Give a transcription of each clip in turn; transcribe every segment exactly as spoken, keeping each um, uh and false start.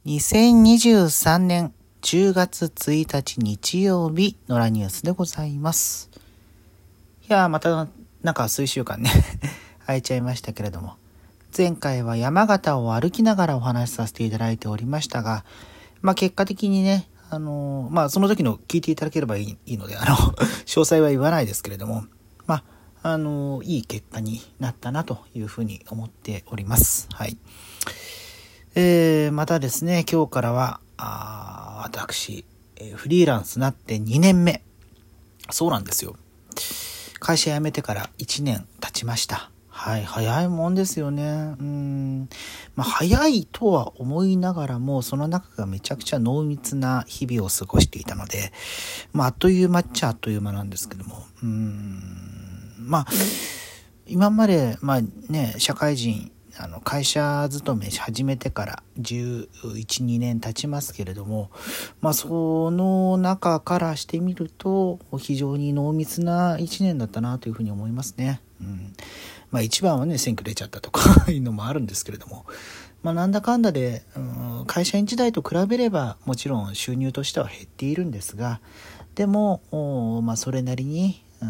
にせんにじゅうさんねんじゅうがつついたち日曜日のラニュースでございます。いやーまたなんか数週間ね空いちゃいましたけれども、前回は山形を歩きながらお話しさせていただいておりましたが、まあ結果的にね、あのー、まあその時の聞いていただければいい、いいので、あの詳細は言わないですけれども、まああのー、いい結果になったなというふうに思っております。はい。えー、またですね、今日からはあ私、えー、フリーランスになってにねんめ。そうなんですよ。会社辞めてからいちねん経ちました。はい、早いもんですよね。うーん、まあ早いとは思いながらも、その中がめちゃくちゃ濃密な日々を過ごしていたので、まああっという間っちゃあっという間なんですけども、うーん、まあ今までまあね、社会人あの会社勤め始めてからじゅういち、にねん経ちますけれども、まあその中からしてみると非常に濃密ないちねんだったなというふうに思いますね。うん、まあ一番はね、選挙出ちゃったとかいうのもあるんですけれども、まあなんだかんだで、うん、会社員時代と比べればもちろん収入としては減っているんですが、でもまあそれなりに、うん、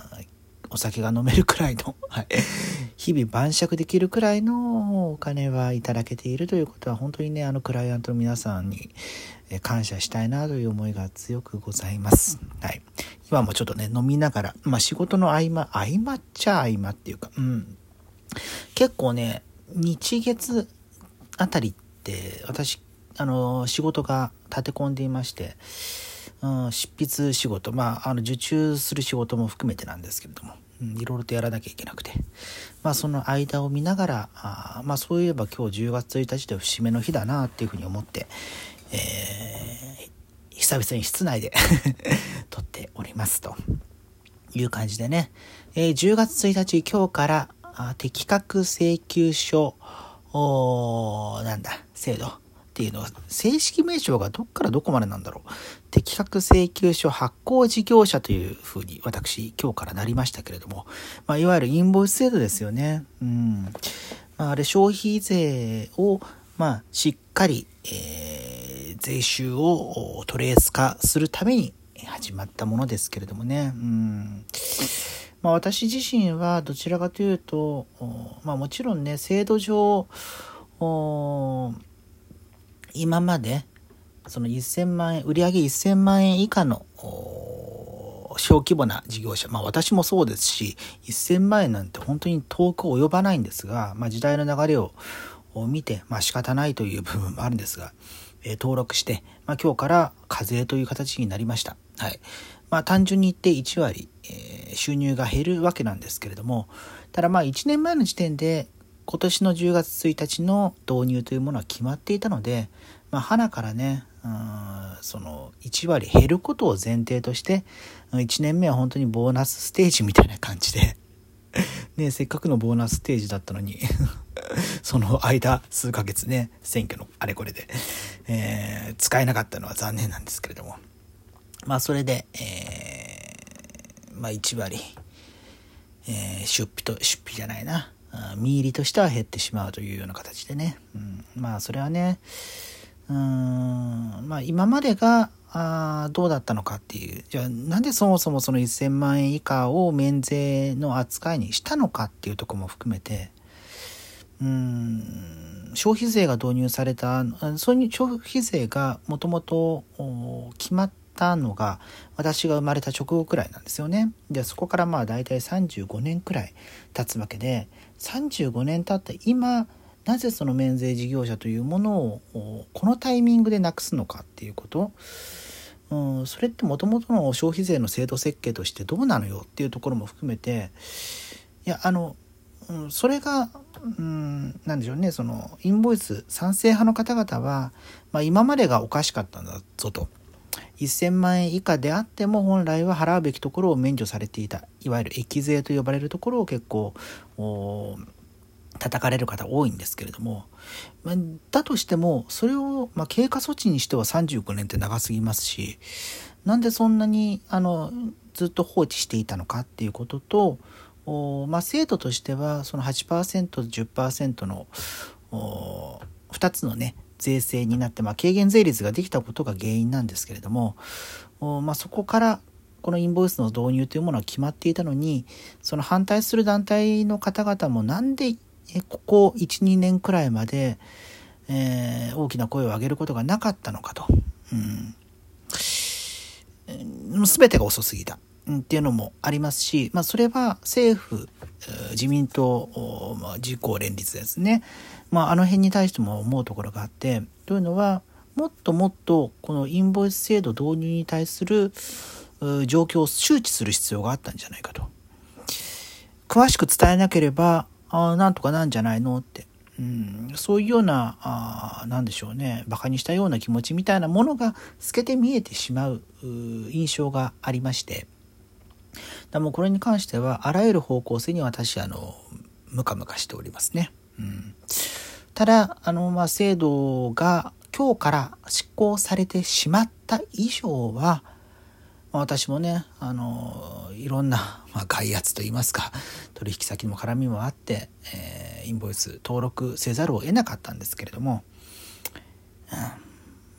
お酒が飲めるくらいの、はい、日々晩酌できるくらいのお金はいただけているということは、本当にね、あのクライアントの皆さんに感謝したいなという思いが強くございます。はい。今もちょっとね、飲みながら、まあ仕事の合間、合間っちゃ合間っていうか、うん。結構ね、日月あたりって私、あの、仕事が立て込んでいまして、うん、執筆仕事、まあ、あの受注する仕事も含めてなんですけれども、うん、いろいろとやらなきゃいけなくて、まあその間を見ながら、あまあそういえば今日じゅうがつついたちで節目の日だなっていうふうに思って、えー、久々に室内で撮っておりますという感じでね、えー、じゅうがつついたち今日からあ適格請求書おなんだ制度っていうのは、正式名称がどっからどこまでなんだろう。適格請求書発行事業者というふうに私今日からなりましたけれども、まあ、いわゆるインボイス制度ですよね。うん。まあ、あれ消費税をまあしっかり、えー、税収をトレース化するために始まったものですけれどもね。うん。まあ、私自身はどちらかというと、まあもちろんね、制度上、今までそのせんまんえん、売上せんまんえん以下の小規模な事業者、まあ私もそうですし、せんまんえんなんて本当に遠く及ばないんですが、まあ時代の流れを見て、まあ仕方ないという部分もあるんですが、えー、登録して、まあ今日から課税という形になりました。はい。まあ単純に言っていちわり、えー、収入が減るわけなんですけれども、ただまあいちねんまえの時点で今年のじゅうがつついたちの導入というものは決まっていたので、まあ、花からね、うん、そのいちわり減ることを前提として、いちねんめは本当にボーナスステージみたいな感じで、ね、せっかくのボーナスステージだったのに、その間数ヶ月ね、選挙のあれこれで、えー、使えなかったのは残念なんですけれども、まあそれで、えー、まあいちわり、えー、出費と、出費じゃないな、見入りとしては減ってしまうというような形でね、うん、まあそれはね、うーんまあ今までがあどうだったのかっていう、じゃあなんでそもそもそのせんまんえん以下を免税の扱いにしたのかっていうところも含めて、うーん消費税が導入された、そういう消費税がもともと決まったのが私が生まれた直後くらいなんですよね。でそこからまあだいたいさんじゅうごねんくらい経つわけで、さんじゅうごねん経った今なぜその免税事業者というものをこのタイミングでなくすのかっていうこと、うん、それってもともとの消費税の制度設計としてどうなのよっていうところも含めて、いやあの、うん、それが、うん、なんでしょうね、そのインボイス賛成派の方々は、まあ、今までがおかしかったんだぞと。せんまんえん以下であっても本来は払うべきところを免除されていた、いわゆる益税と呼ばれるところを結構叩かれる方多いんですけれども、だとしてもそれをまあ経過措置にしてはさんじゅうごねんって長すぎますし、なんでそんなにあのずっと放置していたのかっていうことと、まあ、制度としてはその はちパーセント、じゅっパーセント のふたつのね税制になって、まあ、軽減税率ができたことが原因なんですけれども、まあ、そこからこのインボイスの導入というものは決まっていたのに、その反対する団体の方々もなんでここ いち,に 年くらいまで、えー、大きな声を上げることがなかったのかと、うん、全てが遅すぎたっていうのもありますし、まあ、それは政府自民党、まあ、自公連立ですね、まあ、あの辺に対しても思うところがあって、というのはもっともっとこのインボイス制度導入に対する状況を周知する必要があったんじゃないかと。詳しく伝えなければあなんとかなんじゃないのって、うん、そういうようなあなんでしょうね、バカにしたような気持ちみたいなものが透けて見えてしまう印象がありまして、だもうこれに関してはあらゆる方向性に私あのムカムカしておりますね。うん、ただあの、まあ、制度が今日から施行されてしまった以上は、まあ、私もねあのいろんな、まあ、外圧といいますか取引先の絡みもあって、えー、インボイス登録せざるを得なかったんですけれども、うん、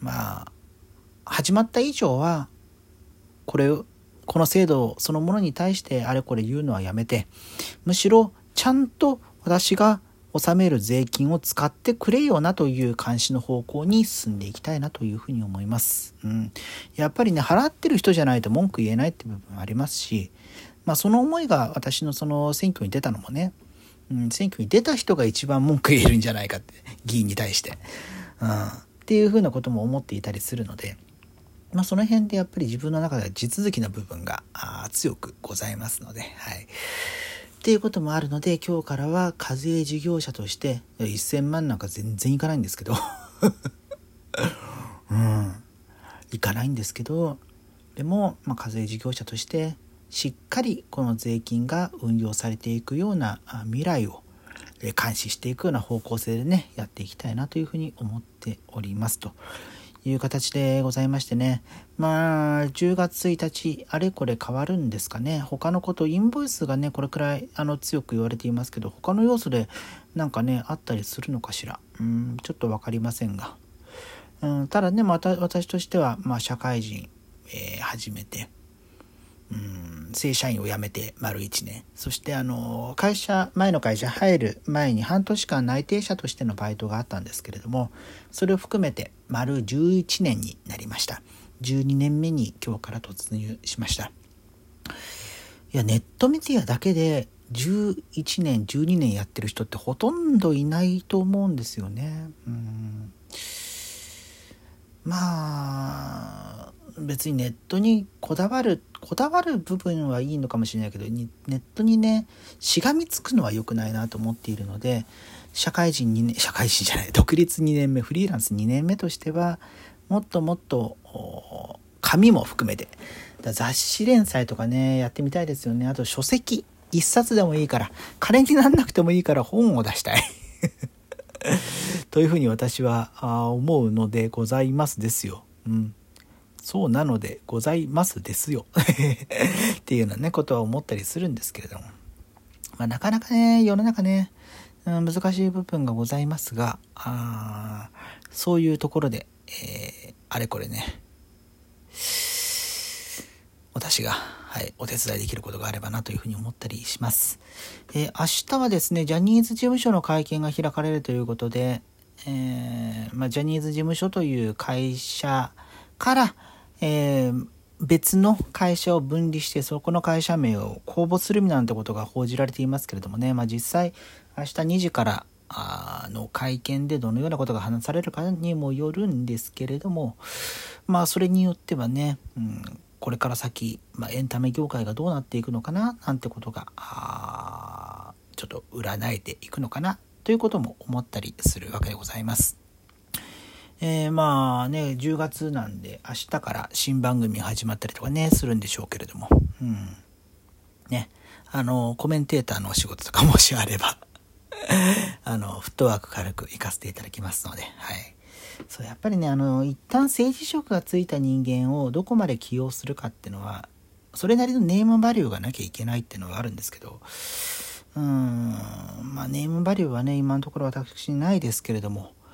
まあ始まった以上はこれこの制度そのものに対してあれこれ言うのはやめて、むしろちゃんと私が納める税金を使ってくれよなという監視の方向に進んでいきたいなというふうに思います。うん、やっぱりね払ってる人じゃないと文句言えないって部分もありますし、まあ、その思いが私のその選挙に出たのもね、うん、選挙に出た人が一番文句言えるんじゃないかって議員に対して、うん、っていうふうなことも思っていたりするので、まあ、その辺でやっぱり自分の中では地続きな部分が強くございますので、はい。っていうこともあるので、今日からは課税事業者としてせんまんなんか全然いかないんですけどうんいかないんですけど、でも、まあ、課税事業者としてしっかりこの税金が運用されていくような未来を監視していくような方向性でねやっていきたいなというふうに思っておりますという形でございましてね、まあじゅうがつついたちあれこれ変わるんですかね。他のことインボイスがねこれくらいあの強く言われていますけど、他の要素でなんかねあったりするのかしら、うんちょっと分かりませんが、うん、ただねまた私としては、まあ、社会人、えー、始めて、うん、正社員を辞めて丸いちねん、そしてあの会社前の会社入る前に半年間内定者としてのバイトがあったんですけれども、それを含めて丸じゅういちねんになりました。じゅうにねんめに今日から突入しました。いやネットメディアだけでじゅういちねんじゅうにねんやってる人ってほとんどいないと思うんですよね。うんまあ別にネットにこだわるこだわる部分はいいのかもしれないけど、ネットにねしがみつくのは良くないなと思っているので、社会人にねん社会人じゃない独立にねんめフリーランスにねんめとしてはもっともっと紙も含めて雑誌連載とかねやってみたいですよね。あと書籍一冊でもいいから、金にならなくてもいいから本を出したいというふうに私は思うのでございますですよ。うん、そうなのでございますですよっていうようなねことは思ったりするんですけれども、まあ、なかなかね世の中ね、うん、難しい部分がございますが、あそういうところで、えー、あれこれね私が、はい、お手伝いできることがあればなというふうに思ったりします。えー、明日はですねジャニーズ事務所の会見が開かれるということで、えーまあ、ジャニーズ事務所という会社から、えー、別の会社を分離してそこの会社名を公募するなんてことが報じられていますけれどもね、まあ、実際明日にじからあの会見でどのようなことが話されるかにもよるんですけれども、まあそれによってはね、うん、これから先、まあ、エンタメ業界がどうなっていくのかななんてことがあちょっと占えていくのかなということも思ったりするわけでございます。えー、まあねじゅうがつなんで明日から新番組が始まったりとかねするんでしょうけれども、うんね、あのコメンテーターのお仕事とかもしあればあのフットワーク軽く行かせていただきますので、はい、そうやっぱりねあの一旦政治色がついた人間をどこまで起用するかっていうのはそれなりのネームバリューがなきゃいけないっていうのがあるんですけど、うーんまあネームバリューはね今のところ私ないですけれども、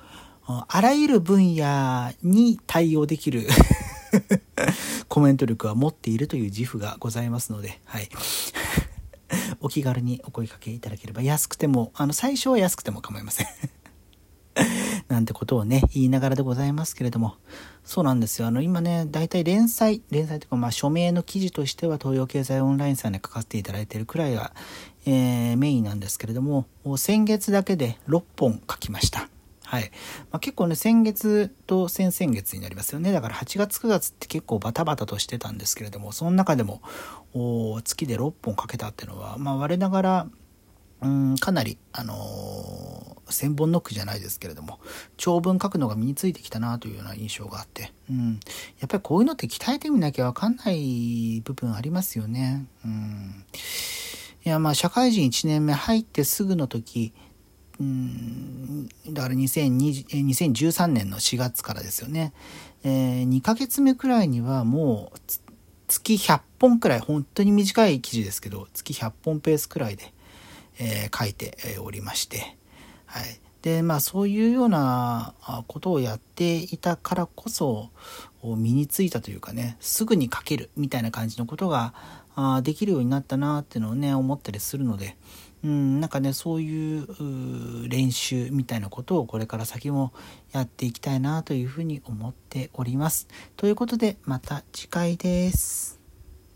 あらゆる分野に対応できるコメント力は持っているという自負がございますので、はい。お気軽にお声掛けいただければ、安くても、あの、最初は安くても構いません。なんてことをね、言いながらでございますけれども、そうなんですよ。あの、今ね、大体連載、連載というか、まあ、署名の記事としては、東洋経済オンラインさんに書かせていただいているくらいが、えー、メインなんですけれども、先月だけでろっぽん書きました。はい。まあ、結構ね、先月と先々月になりますよね。だからはちがつくがつって結構バタバタとしてたんですけれども、その中でも、月でろっぽん書けたっていうのは、まあ、我ながら、うん、かなり、あのー、千本ノックじゃないですけれども、長文書くのが身についてきたなというような印象があって、うん、やっぱりこういうのって鍛えてみなきゃわかんない部分ありますよね。うん、いや、まあ、社会人いちねんめ入ってすぐの時、うん、だからにせんにじゅう、にせんじゅうさんねんのしがつからですよね。えー、にかげつめくらいにはもう、月ひゃっぽんくらい、本当に短い記事ですけど、月ひゃっぽんペースくらいで、えー、書いておりまして、はい。で、まあそういうようなことをやっていたからこそ身についたというかね、すぐに書けるみたいな感じのことができるようになったなっていうのをね、思ったりするので、うん、なんかね、そういう練習みたいなことをこれから先もやっていきたいなというふうに思っております。ということで、また次回です。